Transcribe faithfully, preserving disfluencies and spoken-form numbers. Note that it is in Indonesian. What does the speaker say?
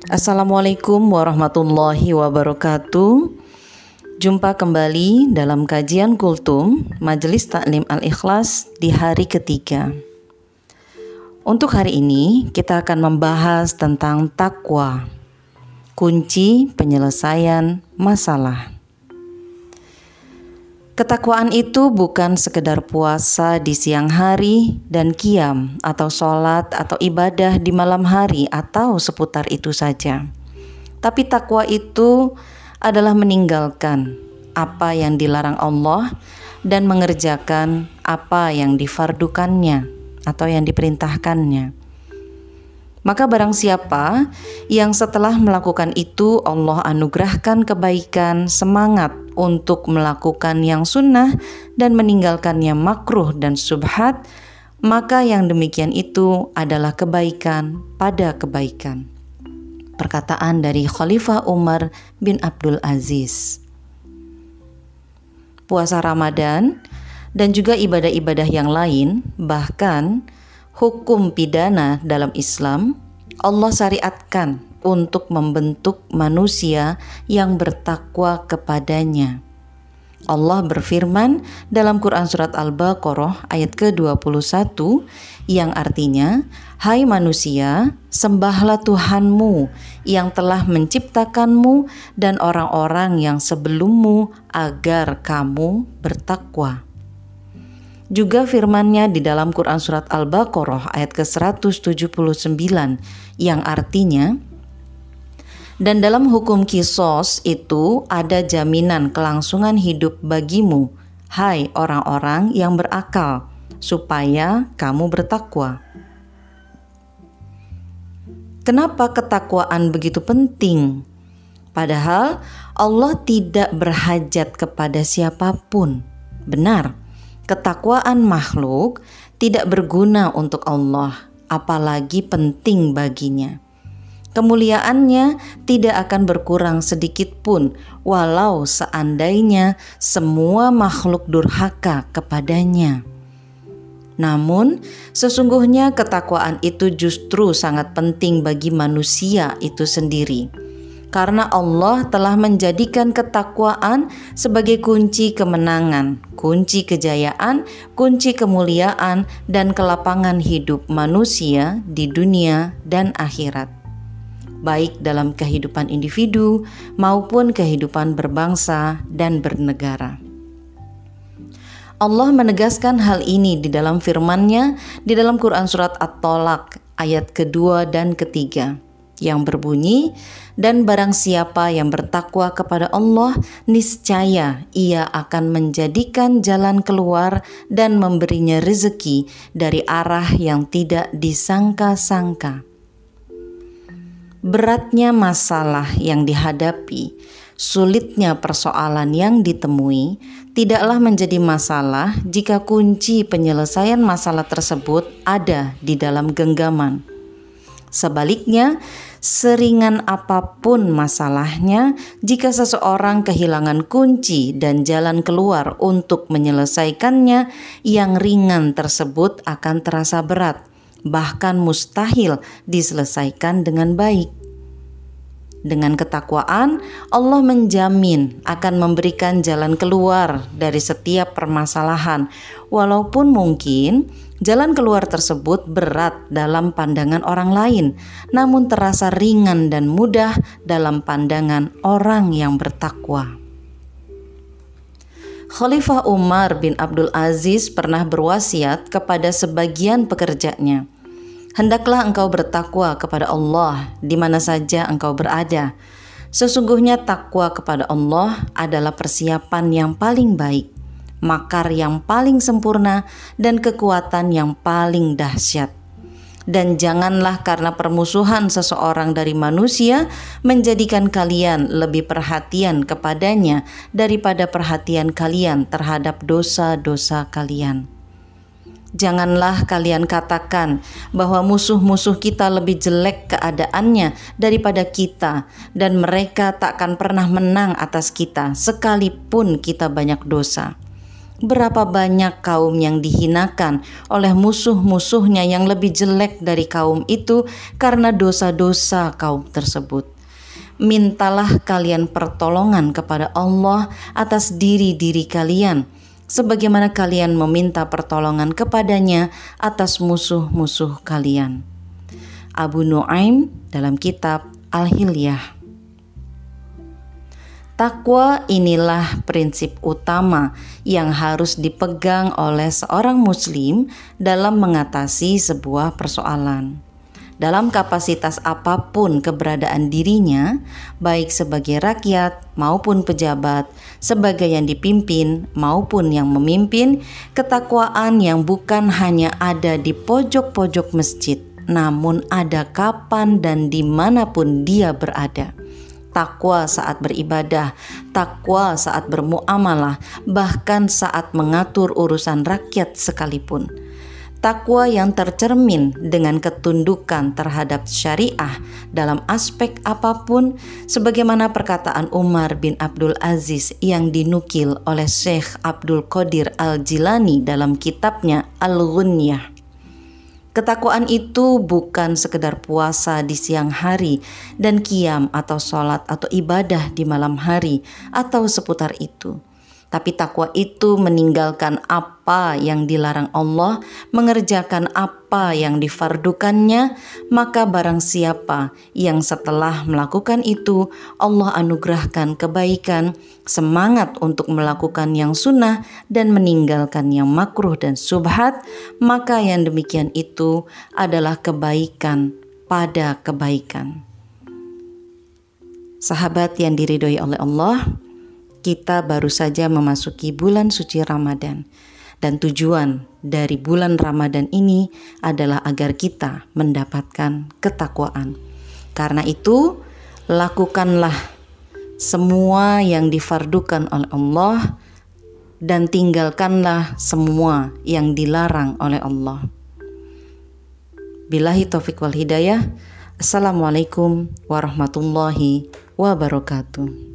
Assalamualaikum warahmatullahi wabarakatuh. Jumpa kembali dalam kajian Kultum Majelis Taklim Al-Ikhlas di hari ketiga. Untuk hari ini kita akan membahas tentang takwa, kunci penyelesaian masalah. Ketakwaan itu bukan sekedar puasa di siang hari dan qiyam atau sholat atau ibadah di malam hari atau seputar itu saja. Tapi takwa itu adalah meninggalkan apa yang dilarang Allah dan mengerjakan apa yang difardukannya atau yang diperintahkannya. Maka barang siapa yang setelah melakukan itu Allah anugerahkan kebaikan, semangat untuk melakukan yang sunnah dan meninggalkannya makruh dan subhat, maka yang demikian itu adalah kebaikan pada kebaikan. Perkataan dari Khalifah Umar bin Abdul Aziz. Puasa Ramadan dan juga ibadah-ibadah yang lain, bahkan hukum pidana dalam Islam, Allah syariatkan untuk membentuk manusia yang bertakwa kepadanya. Allah berfirman dalam Quran Surat Al-Baqarah ayat ke dua puluh satu yang artinya, "Hai manusia, sembahlah Tuhanmu yang telah menciptakanmu dan orang-orang yang sebelummu agar kamu bertakwa." Juga firman-Nya di dalam Quran Surat Al-Baqarah ayat ke seratus tujuh puluh sembilan yang artinya, "Dan dalam hukum kisos itu ada jaminan kelangsungan hidup bagimu, hai orang-orang yang berakal, supaya kamu bertakwa." Kenapa ketakwaan begitu penting? Padahal Allah tidak berhajat kepada siapapun. Benar, ketakwaan makhluk tidak berguna untuk Allah, apalagi penting baginya. Kemuliaannya tidak akan berkurang sedikit pun, walau seandainya semua makhluk durhaka kepadanya. Namun, sesungguhnya ketakwaan itu justru sangat penting bagi manusia itu sendiri. Karena Allah telah menjadikan ketakwaan sebagai kunci kemenangan, kunci kejayaan, kunci kemuliaan, dan kelapangan hidup manusia di dunia dan akhirat, baik dalam kehidupan individu maupun kehidupan berbangsa dan bernegara. Allah menegaskan hal ini di dalam firman-Nya di dalam Quran Surat At-Tolak ayat kedua dan ketiga yang berbunyi, "Dan barang siapa yang bertakwa kepada Allah, niscaya ia akan menjadikan jalan keluar dan memberinya rezeki dari arah yang tidak disangka-sangka." Beratnya masalah yang dihadapi, sulitnya persoalan yang ditemui tidaklah menjadi masalah jika kunci penyelesaian masalah tersebut ada di dalam genggaman. Sebaliknya, seringan apapun masalahnya, jika seseorang kehilangan kunci dan jalan keluar untuk menyelesaikannya, yang ringan tersebut akan terasa berat, bahkan mustahil diselesaikan dengan baik. Dengan ketakwaan, Allah menjamin akan memberikan jalan keluar dari setiap permasalahan, walaupun mungkin jalan keluar tersebut berat dalam pandangan orang lain, namun terasa ringan dan mudah dalam pandangan orang yang bertakwa. Khalifah Umar bin Abdul Aziz pernah berwasiat kepada sebagian pekerjanya, "Hendaklah engkau bertakwa kepada Allah di mana saja engkau berada. Sesungguhnya takwa kepada Allah adalah persiapan yang paling baik, makar yang paling sempurna, dan kekuatan yang paling dahsyat. Dan janganlah karena permusuhan seseorang dari manusia menjadikan kalian lebih perhatian kepadanya daripada perhatian kalian terhadap dosa-dosa kalian. Janganlah kalian katakan bahwa musuh-musuh kita lebih jelek keadaannya daripada kita, dan mereka takkan pernah menang atas kita sekalipun kita banyak dosa. Berapa banyak kaum yang dihinakan oleh musuh-musuhnya yang lebih jelek dari kaum itu karena dosa-dosa kaum tersebut. Mintalah kalian pertolongan kepada Allah atas diri-diri kalian, sebagaimana kalian meminta pertolongan kepadanya atas musuh-musuh kalian. Abu Nuaim dalam kitab Al-Hilyah. Takwa inilah prinsip utama yang harus dipegang oleh seorang muslim dalam mengatasi sebuah persoalan. Dalam kapasitas apapun keberadaan dirinya, baik sebagai rakyat maupun pejabat, sebagai yang dipimpin maupun yang memimpin, ketakwaan yang bukan hanya ada di pojok-pojok masjid, namun ada kapan dan dimanapun dia berada. Takwa saat beribadah, takwa saat bermuamalah, bahkan saat mengatur urusan rakyat sekalipun. Takwa yang tercermin dengan ketundukan terhadap syariah dalam aspek apapun, sebagaimana perkataan Umar bin Abdul Aziz yang dinukil oleh Syekh Abdul Qadir Al-Jilani dalam kitabnya Al-Ghunyah. Ketakwaan itu bukan sekedar puasa di siang hari dan qiyam atau sholat atau ibadah di malam hari atau seputar itu. Tapi takwa itu meninggalkan apa yang dilarang Allah, mengerjakan apa yang difardukannya, maka barang siapa yang setelah melakukan itu Allah anugerahkan kebaikan, semangat untuk melakukan yang sunnah dan meninggalkan yang makruh dan subhat, maka yang demikian itu adalah kebaikan pada kebaikan. Sahabat yang diridhoi oleh Allah, kita baru saja memasuki bulan suci Ramadan, dan tujuan dari bulan Ramadan ini adalah agar kita mendapatkan ketakwaan. Karena itu, lakukanlah semua yang difardukan oleh Allah dan tinggalkanlah semua yang dilarang oleh Allah. Billahi taufiq wal hidayah. Assalamualaikum warahmatullahi wabarakatuh.